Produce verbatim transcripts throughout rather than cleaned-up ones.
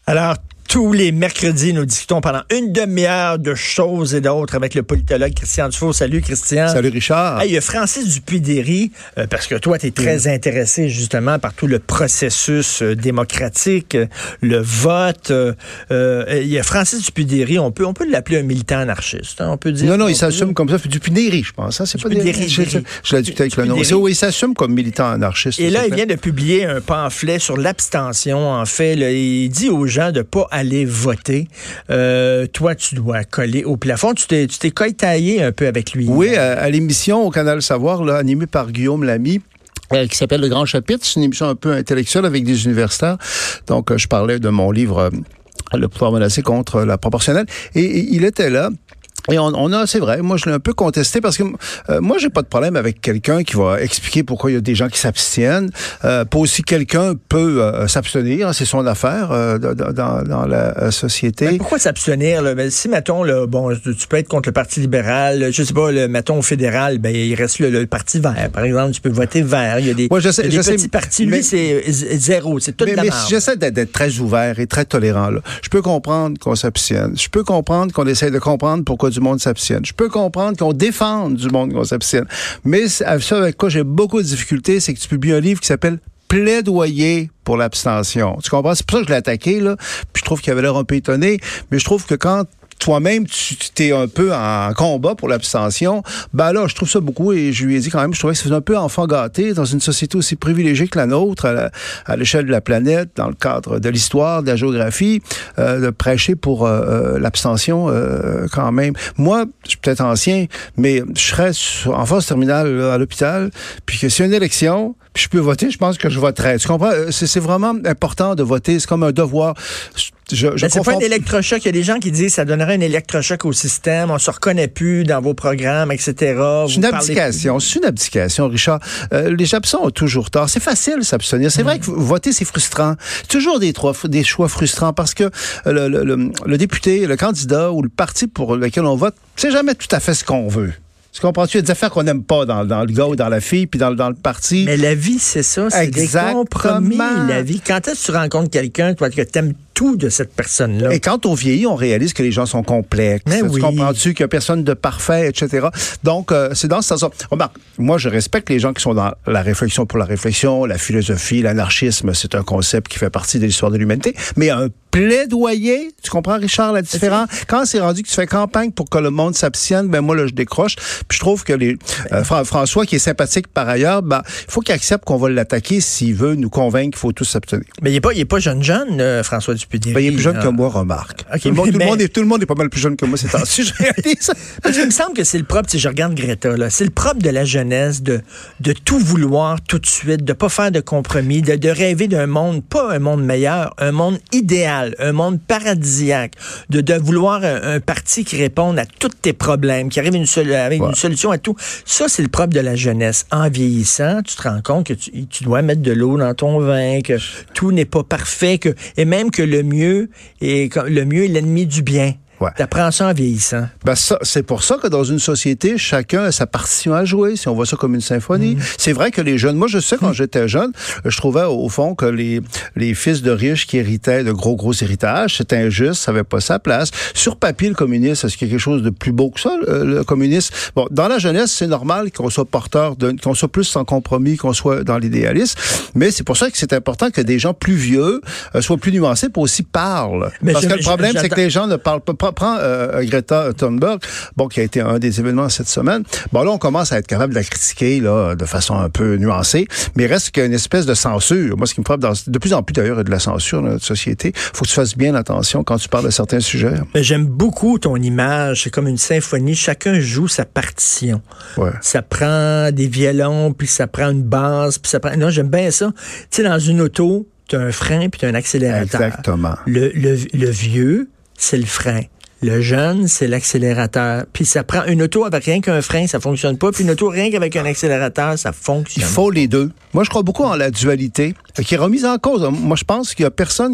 Alors, tous les mercredis, nous discutons pendant une demi-heure de choses et d'autres avec le politologue Christian Dufault. Salut, Christian. Salut, Richard. Hey, il y a Francis Dupuy-Derry, euh, parce que toi, tu es très oui. intéressé justement par tout le processus euh, démocratique, euh, le vote. Euh, euh, il y a Francis Dupuy-Derry, on peut, on peut l'appeler un militant anarchiste. Hein, on peut dire. Non, non, il s'assume comme ça. Dupuy-Derry, je pense. Hein, c'est pas Derry. Je, je, je l'ai discuté avec le nom. Oui, il s'assume comme militant anarchiste. Et là, il vient de publier un pamphlet sur l'abstention. En fait, là, il dit aux gens de pas aller voter. Euh, toi, tu dois coller au plafond. Tu t'es, tu t'es coïtaillé un peu avec lui. Oui, à, à l'émission au Canal Savoir, là, animée par Guillaume Lamy, euh, qui s'appelle Le Grand Chapitre. C'est une émission un peu intellectuelle avec des universitaires. Donc, euh, je parlais de mon livre euh, Le pouvoir menacé contre la proportionnelle. Et, et il était là. Et on, on a, c'est vrai, moi je l'ai un peu contesté parce que euh, moi j'ai pas de problème avec quelqu'un qui va expliquer pourquoi il y a des gens qui s'abstiennent. Euh, pas aussi quelqu'un peut euh, s'abstenir, c'est son affaire euh, dans, dans, dans la euh, société. Mais pourquoi s'abstenir là? Ben, si mettons là, bon, tu peux être contre le Parti libéral, je sais pas, le mettons au fédéral, ben il reste le, le Parti vert, par exemple, tu peux voter vert. Il y a des, ouais, je sais, il y a je des petits sais, partis, mais, lui c'est zéro, c'est tout mais, de la mais marge. J'essaie d'être, d'être très ouvert et très tolérant là. Je peux comprendre qu'on s'abstienne, je peux comprendre qu'on essaie de comprendre pourquoi du monde s'abstienne. Je peux comprendre qu'on défende du monde qu'on s'abstienne. Mais ça avec quoi j'ai beaucoup de difficultés, c'est que tu publies un livre qui s'appelle Plaidoyer pour l'abstention. Tu comprends? C'est pour ça que je l'ai attaqué, là. Puis je trouve qu'il avait l'air un peu étonné. Mais je trouve que quand toi-même, tu t'es un peu en combat pour l'abstention, ben là, je trouve ça beaucoup, et je lui ai dit quand même, je trouvais que c'était un peu enfant gâté dans une société aussi privilégiée que la nôtre, à, la, à l'échelle de la planète, dans le cadre de l'histoire, de la géographie, euh, de prêcher pour euh, l'abstention euh, quand même. Moi, je suis peut-être ancien, mais je serais en phase terminale là, à l'hôpital, puis que s'il y a une élection, puis je peux voter, je pense que je voterais. Tu comprends? C'est, c'est vraiment important de voter, c'est comme un devoir. Je, je ben, c'est confonds... pas un électrochoc. Il y a des gens qui disent que ça donnerait un électrochoc au système. On se reconnaît plus dans vos programmes, et cetera. C'est une abdication. Plus... C'est une abdication, Richard. Euh, les absents ont toujours tort. C'est facile s'abstenir. C'est mmh. vrai que voter, c'est frustrant. C'est toujours des, des choix frustrants parce que le, le, le, le député, le candidat ou le parti pour lequel on vote, c'est jamais tout à fait ce qu'on veut. Tu comprends-tu? Il y a des affaires qu'on n'aime pas dans, dans le gars ou dans la fille, puis dans, dans le parti. Mais la vie, c'est ça. C'est Exactement. Des compromis, la vie. Quand est-ce que tu rencontres quelqu'un, toi, que t'aimes tout de cette personne-là? Et quand on vieillit, on réalise que les gens sont complexes. Mais tu oui. comprends-tu qu'il n'y a personne de parfait, et cetera. Donc, euh, c'est dans ce sens-là. Remarque, moi, je respecte les gens qui sont dans la réflexion pour la réflexion, la philosophie, l'anarchisme, c'est un concept qui fait partie de l'histoire de l'humanité. Mais un plaidoyer, tu comprends, Richard, la différence? Quand c'est rendu que tu fais campagne pour que le monde s'abstienne, ben moi, là, je décroche. Puis je trouve que les euh, François, qui est sympathique par ailleurs, ben, il faut qu'il accepte qu'on va l'attaquer s'il veut nous convaincre qu'il faut tous s'abstenir. Mais il n'est pas, il est pas jeune jeune, euh, François Dupuy-Derry. Ben, il est plus jeune ah. que moi, remarque. Okay, tout, le monde, mais, tout, le monde est, tout le monde est pas mal plus jeune que moi ces temps-ci. Je réalise. Il me semble que c'est le propre, si je regarde Greta, là, c'est le propre de la jeunesse de, de tout vouloir tout de suite, de pas faire de compromis, de, de rêver d'un monde, pas un monde meilleur, un monde idéal, un monde paradisiaque, de, de vouloir un, un parti qui réponde à tous tes problèmes, qui arrive une sol- avec ouais. une solution à tout. Ça, c'est le propre de la jeunesse. En vieillissant, tu te rends compte que tu, tu dois mettre de l'eau dans ton vin, que tout n'est pas parfait, que, et même que le mieux est, le mieux est l'ennemi du bien. Ouais. T'apprends ça en vieillissant. Ben ça, c'est pour ça que dans une société, chacun a sa partition à jouer, si on voit ça comme une symphonie. Mmh. C'est vrai que les jeunes, moi je sais quand mmh. j'étais jeune, je trouvais au fond que les, les fils de riches qui héritaient de gros gros héritages, c'était injuste, ça n'avait pas sa place. Sur papier, le communisme, est-ce qu'il y a quelque chose de plus beau que ça, le, le communisme? Bon, dans la jeunesse, c'est normal qu'on soit porteur, de, qu'on soit plus sans compromis, qu'on soit dans l'idéalisme, mais c'est pour ça que c'est important que des gens plus vieux euh, soient plus nuancés pour aussi parler. Mais Parce je, que le problème, je, c'est que les gens ne parlent pas. Prends euh, Greta Thunberg, bon, qui a été un des événements cette semaine. Bon, là, on commence à être capable de la critiquer là, de façon un peu nuancée, mais il reste qu'une espèce de censure. Moi, ce qui me frappe, dans, de plus en plus d'ailleurs, il y a de la censure dans notre société. Il faut que tu fasses bien attention quand tu parles de certains sujets. Mais j'aime beaucoup ton image. C'est comme une symphonie. Chacun joue sa partition. Ouais. Ça prend des violons, puis ça prend une basse, puis ça prend... Non, j'aime bien ça. Tu sais, dans une auto, tu as un frein, puis tu as un accélérateur. Exactement. Le, le, le vieux, c'est le frein. Le jeune, c'est l'accélérateur. Puis ça prend une auto avec rien qu'un frein, ça fonctionne pas. Puis une auto rien qu'avec un accélérateur, ça fonctionne. Il faut les deux. Moi, je crois beaucoup en la dualité qui est remise en cause. Moi, je pense qu'il y a personne qui est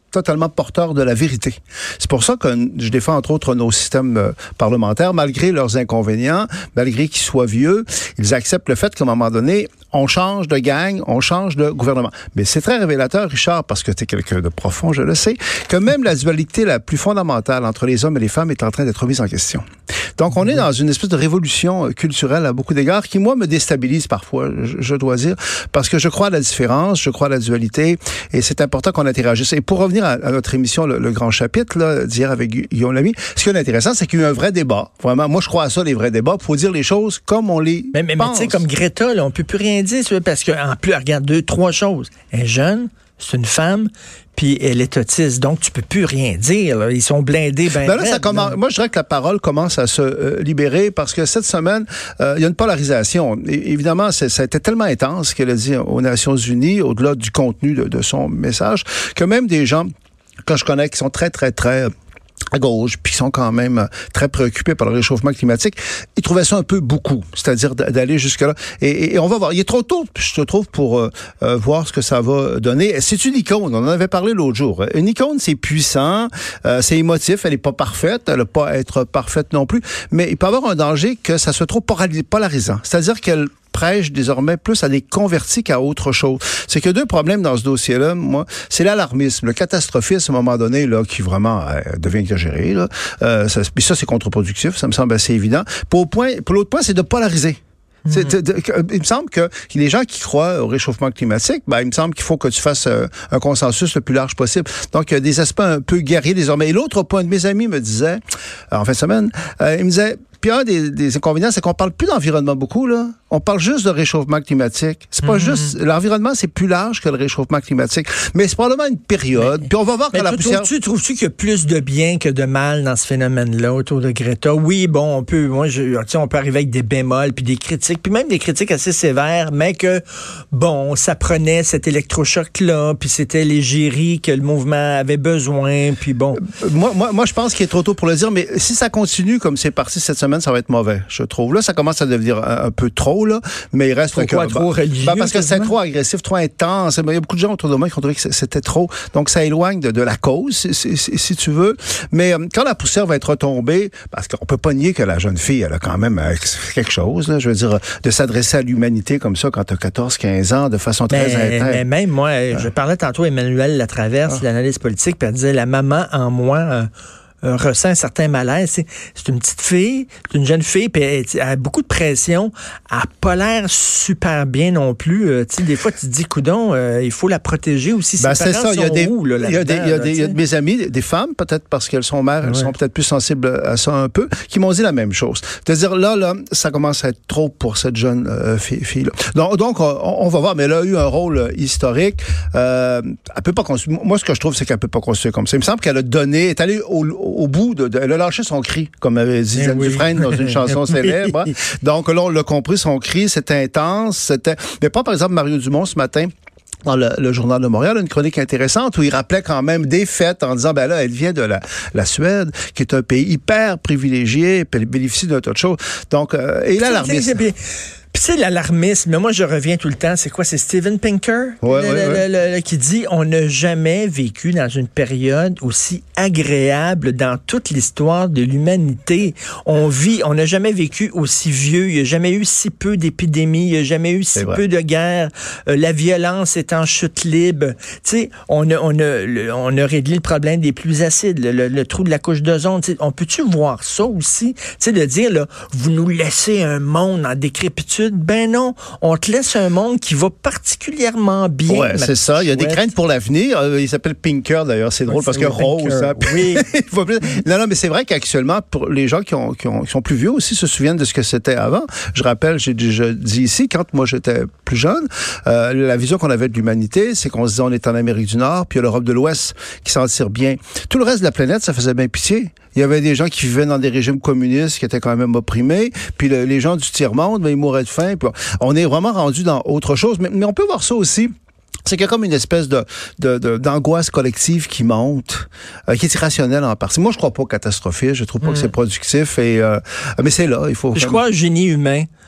totalement porteurs de la vérité. C'est pour ça que je défends entre autres nos systèmes euh, parlementaires, malgré leurs inconvénients, malgré qu'ils soient vieux, ils acceptent le fait qu'à un moment donné, on change de gang, on change de gouvernement. Mais c'est très révélateur, Richard, parce que tu es quelqu'un de profond, je le sais, que même la dualité la plus fondamentale entre les hommes et les femmes est en train d'être remise en question. Donc, on est dans une espèce de révolution culturelle à beaucoup d'égards qui, moi, me déstabilise parfois, je, je dois dire, parce que je crois à la différence, je crois à la dualité, et c'est important qu'on interagisse. Et pour revenir à, à notre émission, le, le grand chapitre là, d'hier avec Guillaume Lamy, ce qui est intéressant, c'est qu'il y a eu un vrai débat. Vraiment, moi, je crois à ça, les vrais débats. Il faut dire les choses comme on les mais, mais, pense. Mais tu sais, comme Greta, là, on peut plus rien dire, parce qu'en plus, elle regarde deux, trois choses. Elle est jeune, c'est une femme, puis elle est autiste, donc tu peux plus rien dire. Là. Ils sont blindés. Ben, ben là, ça commence. Moi, je dirais que la parole commence à se euh, libérer parce que cette semaine, euh, il y a une polarisation. Et, évidemment, c'est, ça a été tellement intense qu'elle a dit aux Nations Unies, au-delà du contenu de, de son message, que même des gens que je connais qui sont très, très, très à gauche, puis qui sont quand même très préoccupés par le réchauffement climatique, ils trouvaient ça un peu beaucoup, c'est-à-dire d'aller jusque-là. Et, et on va voir. Il est trop tôt, je te trouve, pour euh, euh, voir ce que ça va donner. C'est une icône, on en avait parlé l'autre jour. Une icône, c'est puissant, euh, c'est émotif, elle n'est pas parfaite, elle n'a pas à être parfaite non plus, mais il peut y avoir un danger que ça soit trop polarisant. C'est-à-dire qu'elle prêche désormais plus à des convertis qu'à autre chose. C'est que deux problèmes dans ce dossier-là, moi, c'est l'alarmisme, le catastrophisme à un moment donné, là, qui vraiment euh, devient exagéré, là. Euh, ça, puis ça, c'est contre-productif, ça me semble assez évident. Pour, point, pour l'autre point, c'est de polariser. C'est, de, de, il me semble que les gens qui croient au réchauffement climatique, ben, il me semble qu'il faut que tu fasses euh, un consensus le plus large possible. Donc, il y a des aspects un peu guerriers désormais. Et l'autre point de mes amis me disait, en fin de semaine, euh, il me disait, puis un des, des inconvénients, c'est qu'on parle plus d'environnement beaucoup, là. On parle juste de réchauffement climatique. C'est pas mm-hmm. juste... L'environnement, c'est plus large que le réchauffement climatique. Mais c'est probablement une période. Mais, puis on va voir que la poussière... Trouves-tu, trouves-tu qu'il y a plus de bien que de mal dans ce phénomène-là autour de Greta? Oui, bon, on peut... Moi, je, tu sais, on peut arriver avec des bémols, puis des critiques, puis même des critiques assez sévères, mais que, bon, ça prenait cet électrochoc-là, puis c'était l'égérie que le mouvement avait besoin, puis bon... Euh, moi, moi, moi, je pense qu'il est trop tôt pour le dire, mais si ça continue comme c'est parti cette semaine, ça va être mauvais, je trouve. Là, ça commence à devenir un, un peu trop, là, mais il reste... Pourquoi que, trop bah, religieux? Bah parce que c'est trop agressif, trop intense. Il y a beaucoup de gens autour de moi qui ont trouvé que c'était trop. Donc, ça éloigne de, de la cause, si, si, si tu veux. Mais euh, quand la poussière va être retombée, parce qu'on peut pas nier que la jeune fille, elle a quand même euh, quelque chose, là, je veux dire, de s'adresser à l'humanité comme ça quand tu as quatorze quinze ans, de façon très mais, interne. Mais même, moi, euh. je parlais tantôt à Emmanuel Latraverse, ah. l'analyse politique, puis elle disait, la maman en moi... Euh, Euh, ressent un certain malaise. C'est, c'est une petite fille, c'est une jeune fille, puis elle, elle a beaucoup de pression. Elle n'a pas l'air super bien non plus. Euh, des fois, tu te dis, coudon, euh, il faut la protéger aussi. Ben, ses c'est parents ça. Il y a des, où, là, il y a des, il y a des, il y a de mes amis, des femmes, peut-être parce qu'elles sont mères, elles ouais. sont peut-être plus sensibles à ça un peu, qui m'ont dit la même chose. C'est-à-dire, là, là, ça commence à être trop pour cette jeune euh, fille, fille-là. Donc, donc on, on va voir, mais elle a eu un rôle historique. Euh, elle peut pas construire. Moi, ce que je trouve, c'est qu'elle peut pas construire comme ça. Il me semble qu'elle a donné, est allée au, au bout de, de elle a lâché son cri, comme avait dit Diane oui. Dufresne dans une chanson célèbre. Oui. Donc là, on l'a compris, son cri, c'était intense. C'était... Mais pas, par exemple, Mario Dumont, ce matin, dans le, le Journal de Montréal, une chronique intéressante où il rappelait quand même des faits en disant, ben là, elle vient de la, la Suède, qui est un pays hyper privilégié, puis elle bénéficie d'un tas de choses. Donc, euh, et là, l'alarmisme... Puis tu sais, l'alarmisme, moi je reviens tout le temps, c'est quoi? C'est Steven Pinker ouais, le, ouais, le, ouais. Le, le, qui dit « On n'a jamais vécu dans une période aussi agréable dans toute l'histoire de l'humanité. On vit, on n'a jamais vécu aussi vieux, il n'y a jamais eu si peu d'épidémies, il n'y a jamais eu si peu de guerres, euh, la violence est en chute libre. Tu sais, on a, on, a, le, on a réglé le problème des pluies acides, le, le, le trou de la couche d'ozone. On peut-tu voir ça aussi? Tu sais, de dire, là, vous nous laissez un monde en décrépitude. Ben non, on te laisse un monde qui va particulièrement bien. Ouais, c'est ça. Il y a des craintes pour l'avenir. Euh, il s'appelle Pinker, d'ailleurs. C'est drôle ouais, parce que rose. Ça, oui. non, non, mais c'est vrai qu'actuellement, pour les gens qui, ont, qui, ont, qui sont plus vieux aussi se souviennent de ce que c'était avant. Je rappelle, j'ai déjà dit ici, quand moi j'étais plus jeune, euh, la vision qu'on avait de l'humanité, c'est qu'on se disait on est en Amérique du Nord, puis il y a l'Europe de l'Ouest qui s'en tire bien. Tout le reste de la planète, ça faisait bien pitié. Il y avait des gens qui vivaient dans des régimes communistes qui étaient quand même opprimés, puis le, les gens du tiers-monde, ben, ils mouraient de faim. Puis on est vraiment rendu dans autre chose. Mais, mais on peut voir ça aussi. C'est qu'il y a comme une espèce de, de, de d'angoisse collective qui monte, euh, qui est irrationnelle en partie. Moi, je crois pas au catastrophisme, je trouve pas mmh. que c'est productif. Et, euh, mais c'est là, il faut... Je crois au génie humain.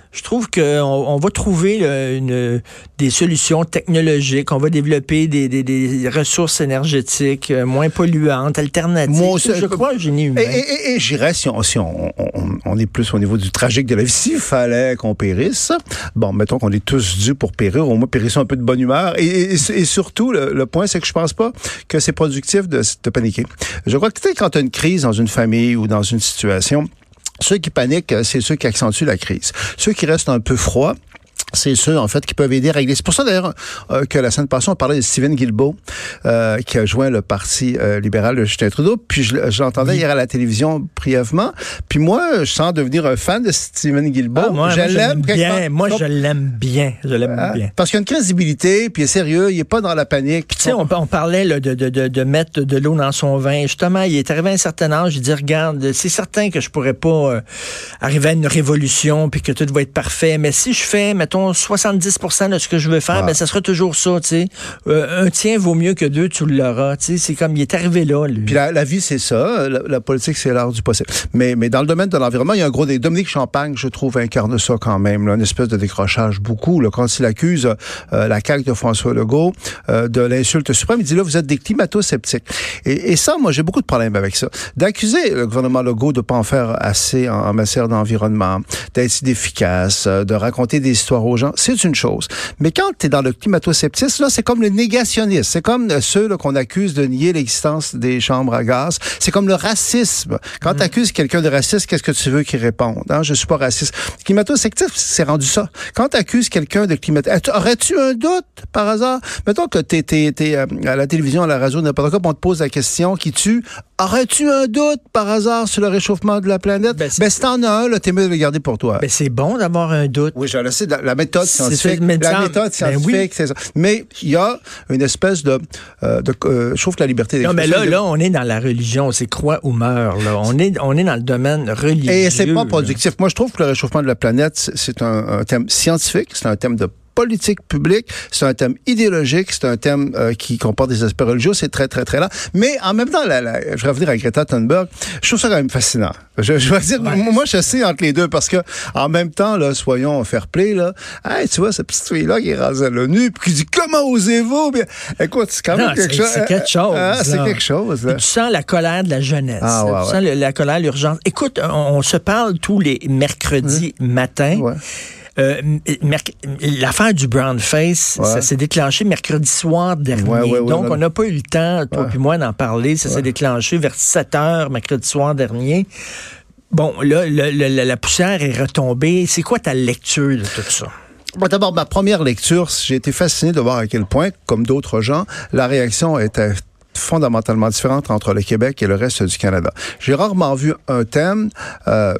Je trouve qu'on on va trouver là, une, des solutions technologiques. On va développer des, des, des ressources énergétiques euh, moins polluantes, alternatives. Moi aussi, je crois au génie humain. Et, et, et j'irais, si, on, si on, on, on est plus au niveau du tragique de la vie, s'il fallait qu'on périsse, bon, mettons qu'on est tous dus pour périr, au moins périssons un peu de bonne humeur. Et, et, et surtout, le, le point, c'est que je pense pas que c'est productif de, de paniquer. Je crois que tu sais, quand tu as une crise dans une famille ou dans une situation, ceux qui paniquent, c'est ceux qui accentuent la crise. Ceux qui restent un peu froids, c'est ceux, en fait, qui peuvent aider à régler. C'est pour ça, d'ailleurs, euh, que la semaine passée, on parlait de Stephen Guilbeault, euh, qui a joint le Parti euh, libéral de Justin Trudeau. Puis je, je l'entendais oui. hier à la télévision brièvement. Puis moi, je sens devenir un fan de Stephen Guilbeault. Ah, moi, je moi, l'aime bien. Moi, je l'aime bien. Je l'aime euh, bien. Parce qu'il y a une crédibilité, puis il est sérieux, il n'est pas dans la panique. Puis tu sais, on, on parlait là, de, de, de, de mettre de l'eau dans son vin. Justement, il est arrivé à un certain âge, il dit, regarde, c'est certain que je pourrais pas euh, arriver à une révolution, puis que tout va être parfait. Mais si je fais, mettons, soixante-dix pour cent de ce que je veux faire, ah. ben ça sera toujours ça, tu sais. Euh, un tien vaut mieux que deux, tu l'auras, tu sais. C'est comme, il est arrivé là, lui. Puis la, la vie, c'est ça. La, la politique, c'est l'art du possible. Mais, mais dans le domaine de l'environnement, il y a un gros... Dominique Champagne, je trouve, incarne ça quand même, là, une espèce de décrochage beaucoup. Là, quand il accuse euh, la C A Q de François Legault euh, de l'insulte suprême, il dit là, vous êtes des climato-sceptiques. Et, et ça, moi, j'ai beaucoup de problèmes avec ça. D'accuser le gouvernement Legault de ne pas en faire assez en, en matière d'environnement, d'être inefficace, de raconter des histoires aux gens, c'est une chose. Mais quand tu es dans le climato-sceptisme, là, c'est comme le négationnisme. C'est comme ceux là, qu'on accuse de nier l'existence des chambres à gaz. C'est comme le racisme. Quand mmh. tu accuses quelqu'un de raciste, qu'est-ce que tu veux qu'il réponde? Hein? Je suis pas raciste. Climato-sceptisme, c'est rendu ça. Quand tu accuses quelqu'un de climato... Aurais-tu un doute, par hasard? Mettons que tu es à la télévision, à la radio, n'importe quoi, on te pose la question qui tue. Aurais-tu un doute, par hasard, sur le réchauffement de la planète? Ben, ben si t'en as un, là, t'es mieux de le garder pour toi. Ben, c'est bon d'avoir un doute. Oui, je le sais. La, la méthode scientifique, mais la méthode scientifique, ben oui. c'est ça. Mais il y a une espèce de... Euh, de euh, je trouve que la liberté d'expression... Non, mais là, de... là, on est dans la religion. C'est croix ou meurt, là. On est, on est dans le domaine religieux. Et c'est pas productif. Là. Moi, je trouve que le réchauffement de la planète, c'est un, un thème scientifique, c'est un thème de politique publique, c'est un thème idéologique, c'est un thème euh, qui comporte des aspects religieux, c'est très, très, très lent. Mais en même temps, la, la, je vais revenir à Greta Thunberg, je trouve ça quand même fascinant. Je, je vais dire, ouais. moi, je sais entre les deux, parce que en même temps, là, soyons fair play, là, hey, tu vois, cette petite fille-là qui est rasée à l'ONU, puis qui dit, comment osez-vous? Bien, écoute, c'est quand même non, quelque chose. C'est quelque chose. Hein, c'est quelque chose. Là. Tu sens la colère de la jeunesse. Ah, ouais, tu ouais. sens le, la colère, l'urgence. Écoute, on, on se parle tous les mercredis mmh. matin. Ouais. Euh, l'affaire du brown face, ouais. ça s'est déclenché mercredi soir dernier. Ouais, ouais, ouais, Donc, ouais, on n'a pas eu le temps, toi et ouais. moi, d'en parler. Ça ouais. s'est déclenché vers sept heures mercredi soir dernier. Bon, là, le, le, la poussière est retombée. C'est quoi ta lecture de tout ça? Bon, d'abord, ma première lecture, j'ai été fasciné de voir à quel point, comme d'autres gens, la réaction était fondamentalement différente entre le Québec et le reste du Canada. J'ai rarement vu un thème... Euh,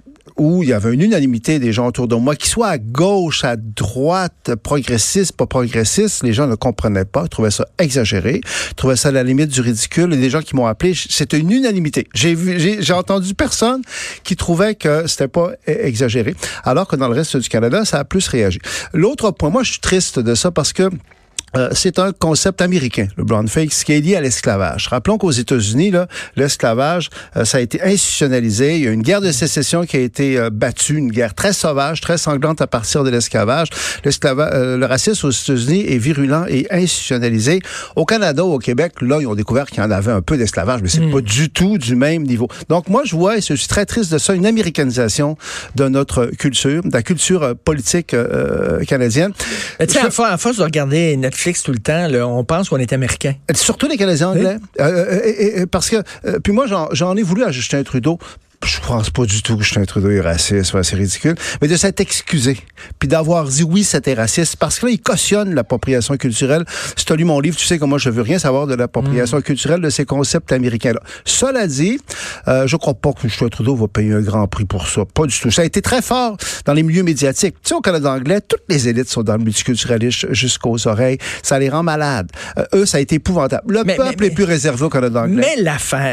où il y avait une unanimité des gens autour de moi, qui soit à gauche, à droite, progressiste, pas progressiste, les gens ne comprenaient pas, trouvaient ça exagéré, trouvaient ça à la limite du ridicule, et les gens qui m'ont appelé, c'était une unanimité. J'ai vu, j'ai, j'ai entendu personne qui trouvait que c'était pas exagéré, alors que dans le reste du Canada, ça a plus réagi. L'autre point, moi je suis triste de ça parce que Euh, c'est un concept américain, le brown face, qui est lié à l'esclavage. Rappelons qu'aux États-Unis, là, l'esclavage, euh, ça a été institutionnalisé. Il y a une guerre de sécession qui a été euh, battue, une guerre très sauvage, très sanglante à partir de l'esclavage. L'esclavage, euh, le racisme aux États-Unis est virulent et institutionnalisé. Au Canada, au Québec, là, ils ont découvert qu'il y en avait un peu d'esclavage, mais c'est mmh. pas du tout du même niveau. Donc, moi, je vois, et je suis très triste de ça, une américanisation de notre culture, de la culture euh, politique euh, canadienne. Tu sais, je... à force de regarder Netflix tout le temps, là, on pense qu'on est américain. Surtout les Canadiens anglais. Oui. Euh, et, et, parce que, euh, puis moi, j'en, j'en ai voulu à Justin Trudeau. Je pense pas du tout que Justin Trudeau est raciste, ouais, c'est ridicule, mais de s'être excusé, puis d'avoir dit oui, c'était raciste, parce que là, il cautionne l'appropriation culturelle. Si tu as lu mon livre, tu sais que moi, je veux rien savoir de l'appropriation mmh. culturelle de ces concepts américains-là. Cela dit, euh, je crois pas que Justin Trudeau va payer un grand prix pour ça, pas du tout. Ça a été très fort dans les milieux médiatiques. Tu sais, au Canada anglais, toutes les élites sont dans le multiculturalisme jusqu'aux oreilles. Ça les rend malades. Euh, eux, ça a été épouvantable. Le mais, peuple mais, est plus réservé au Canada anglais. Mais l'affaire,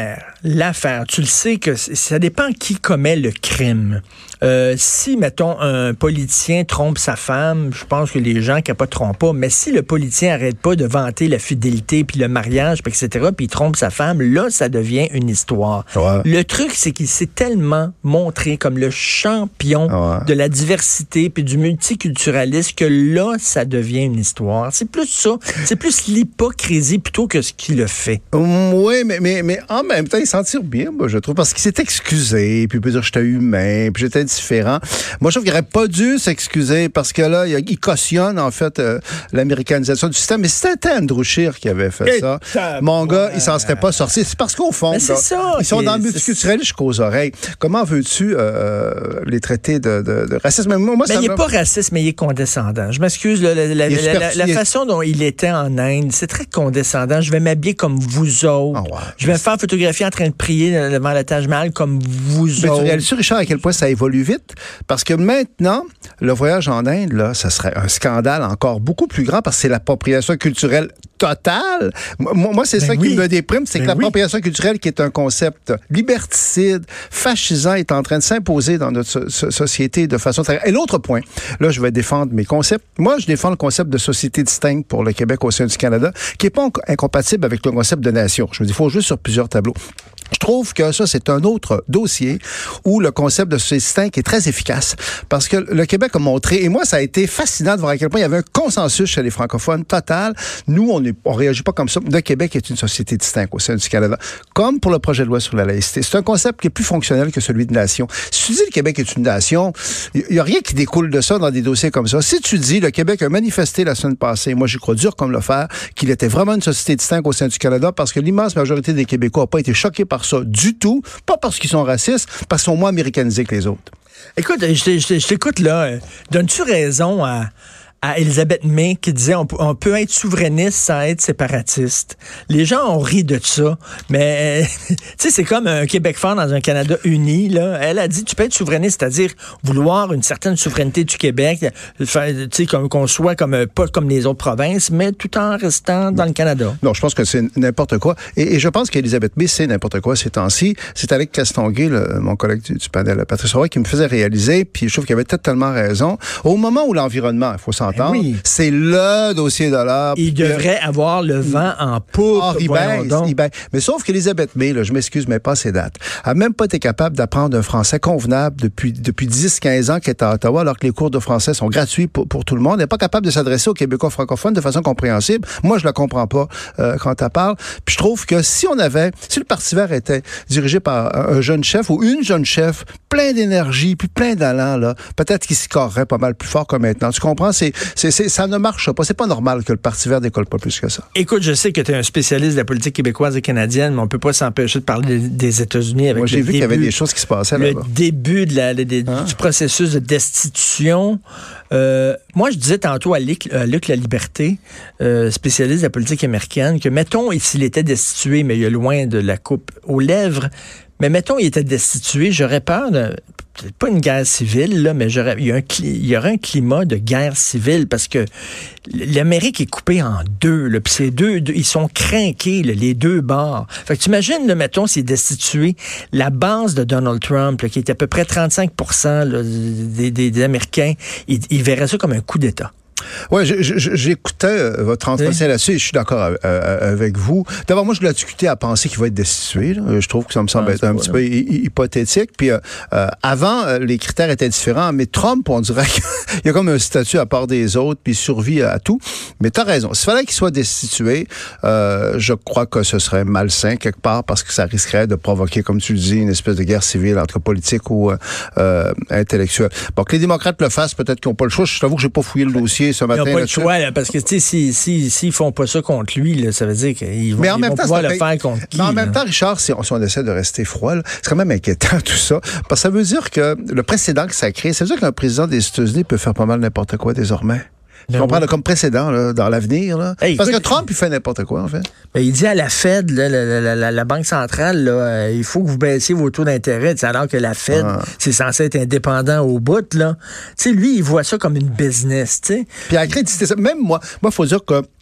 l'affaire, tu le sais que ça dépend qui commet le crime. Euh, si, mettons, un politicien trompe sa femme, je pense que les gens capoteront pas. Mais si le politicien arrête pas de vanter la fidélité, puis le mariage, puis et cetera, puis il trompe sa femme, là, ça devient une histoire. Ouais. Le truc, c'est qu'il s'est tellement montré comme le champion ouais. de la diversité puis du multiculturalisme que là, ça devient une histoire. C'est plus ça. C'est plus l'hypocrisie plutôt que ce qu'il a fait. Oui, mais, mais, mais en même temps, il s'en tire bien, moi, je trouve, parce qu'il s'est excusé, puis il peut dire j'étais humain, puis j'étais différent. Moi, je trouve qu'il n'aurait pas dû s'excuser parce que là, il, il cautionne, en fait, euh, l'américanisation du système. Mais c'était Andrew Scheer qui avait fait Et ça. Mon gars, il s'en serait pas sorti. C'est parce qu'au fond, là, ça, ils sont dans le multiculturalisme jusqu'aux oreilles. Comment veux-tu euh, les traiter de, de, de racisme? Moi, mais il n'est pas raciste, mais il est condescendant. Je m'excuse, là, la, la, la, la, la façon dont il était en Inde, c'est très condescendant. Je vais m'habiller comme vous autres. Oh, ouais. Je vais me faire photographier en train de prier devant le Taj Mahal comme vous mais autres. Tu réalises, Richard, à quel point ça évolue vite? Parce que maintenant, le voyage en Inde, là, ça serait un scandale encore beaucoup plus grand parce que c'est l'appropriation culturelle totale. Moi, moi c'est ben ça oui. qui me déprime, c'est ben que l'appropriation oui. culturelle, qui est un concept liberticide, fascisant, est en train de s'imposer dans notre so- so- société de façon très... Et l'autre point, là, je vais défendre mes concepts. Moi, je défends le concept de société distincte pour le Québec au sein du Canada, qui n'est pas incompatible avec le concept de nation. Je me dis, il faut jouer sur plusieurs tableaux. Je trouve que ça, c'est un autre dossier où le concept de société distincte est très efficace parce que le Québec a montré, et moi, ça a été fascinant de voir à quel point il y avait un consensus chez les francophones total. Nous, on ne réagit pas comme ça. Le Québec est une société distincte au sein du Canada, comme pour le projet de loi sur la laïcité. C'est un concept qui est plus fonctionnel que celui de nation. Si tu dis le Québec est une nation, il n'y a rien qui découle de ça dans des dossiers comme ça. Si tu dis le Québec a manifesté la semaine passée, moi, j'y crois dur comme le fer, qu'il était vraiment une société distincte au sein du Canada parce que l'immense majorité des Québécois n'a pas été choqués par ça du tout, pas parce qu'ils sont racistes, parce qu'ils sont moins américanisés que les autres. Écoute, je t'écoute là. Donnes-tu raison à... à Elisabeth May qui disait on, on peut être souverainiste sans être séparatiste. Les gens ont ri de ça, mais tu sais, c'est comme un Québec fort dans un Canada uni. Là. Elle a dit tu peux être souverainiste, c'est-à-dire vouloir une certaine souveraineté du Québec, tu sais, comme, qu'on soit comme pas comme les autres provinces, mais tout en restant dans le Canada. Non, je pense que c'est n'importe quoi. Et, et je pense qu'Elisabeth May, c'est n'importe quoi ces temps-ci. C'est avec Castonguay, le, mon collègue du, du panel, Patrice Roy, qui me faisait réaliser, puis je trouve qu'il avait totalement raison. Au moment où l'environnement, il faut s'entendre, oui. c'est le dossier de l'heure. Il devrait que... avoir le vent en poupe. Oh, il baisse, il baisse. Mais sauf qu'Elisabeth May, là, je m'excuse, mais pas ses dates, a même pas été capable d'apprendre un français convenable depuis, depuis dix quinze ans qu'elle est à Ottawa, alors que les cours de français sont gratuits pour, pour tout le monde. Elle n'est pas capable de s'adresser aux Québécois francophones de façon compréhensible. Moi, je la comprends pas euh, quand elle parle. Puis je trouve que si on avait, si le Parti vert était dirigé par un, un jeune chef ou une jeune chef, plein d'énergie, puis plein d'allant, là, peut-être qu'il s'y scorerait pas mal plus fort que maintenant. Tu comprends? C'est, c'est, c'est, ça ne marche pas. C'est pas normal que le Parti vert décolle pas plus que ça. Écoute, je sais que tu es un spécialiste de la politique québécoise et canadienne, mais on peut pas s'empêcher de parler des, des États-Unis avec Moi, j'ai le vu début, qu'il y avait des choses qui se passaient le là-bas. Le début de la, de, de, hein? du processus de destitution. Euh, moi, je disais tantôt à Luc, à Luc La Liberté, euh, spécialiste de la politique américaine, que mettons, s'il était destitué, mais il est loin de la coupe aux lèvres, mais mettons, il était destitué, j'aurais peur de... peut-être pas une guerre civile, là, mais j'aurais, il, y a un, il y aurait un climat de guerre civile parce que l'Amérique est coupée en deux. Là, puis ces deux, deux, ils sont crinqués, là, les deux bords. Fait que tu imagines, là, mettons, s'il est destitué, la base de Donald Trump, là, qui est à peu près trente-cinq pour cent là, des, des, des Américains, ils il verraient ça comme un coup d'État. Oui, j'écoutais euh, votre entretien oui. là-dessus et je suis d'accord euh, euh, avec vous. D'abord, moi, je l'ai discuté à penser qu'il va être destitué. Là. Je trouve que ça me semble ah, être un petit là. peu hy- hypothétique. Puis euh, euh, avant, euh, les critères étaient différents, mais Trump, on dirait qu'il y a comme un statut à part des autres, puis il survit à, à tout. Mais tu as raison. S'il fallait qu'il soit destitué, euh, je crois que ce serait malsain quelque part parce que ça risquerait de provoquer, comme tu le dis, une espèce de guerre civile entre politique ou euh, intellectuelle. Bon, que les démocrates le fassent, peut-être qu'ils n'ont pas le choix. Je t'avoue que j'ai pas fouillé le dossier ce matin. Ils n'ont pas le choix, là, parce que s'ils si, si, si font pas ça contre lui, là, ça veut dire qu'ils vont, mais en ils même vont temps, pouvoir le fait... faire contre qui. Mais en même là? temps, Richard, si on, si on essaie de rester froid, là, c'est quand même inquiétant tout ça. Parce que ça veut dire que le précédent que ça crée, ça veut dire qu'un président des États-Unis peut faire pas mal n'importe quoi désormais. Ben on oui. prend là, comme précédent là, dans l'avenir. Là. Hey, Parce écoute, que Trump, il fait n'importe quoi, en fait. Ben, il dit à la Fed, là, la, la, la, la Banque centrale, là, euh, il faut que vous baissiez vos taux d'intérêt, alors que la Fed, ah. c'est censé être indépendant au bout. Là. Tu sais, lui, il voit ça comme une business. T'sais. Puis à créditer ça. Même moi, moi, il faut dire que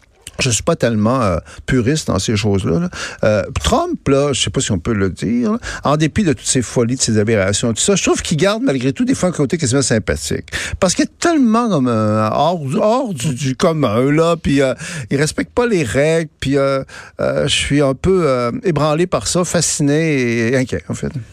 Je suis pas tellement euh, puriste dans ces choses-là. Là. Euh, Trump, là, je sais pas si on peut le dire, là, en dépit de toutes ses folies, de ses aberrations, tout ça, je trouve qu'il garde malgré tout des fois un côté quasiment sympathique. Parce qu'il est tellement comme euh, hors, hors du, du commun, là, puis euh, il respecte pas les règles, puis euh, euh, je suis un peu euh, ébranlé par ça, fasciné et inquiet, en fait.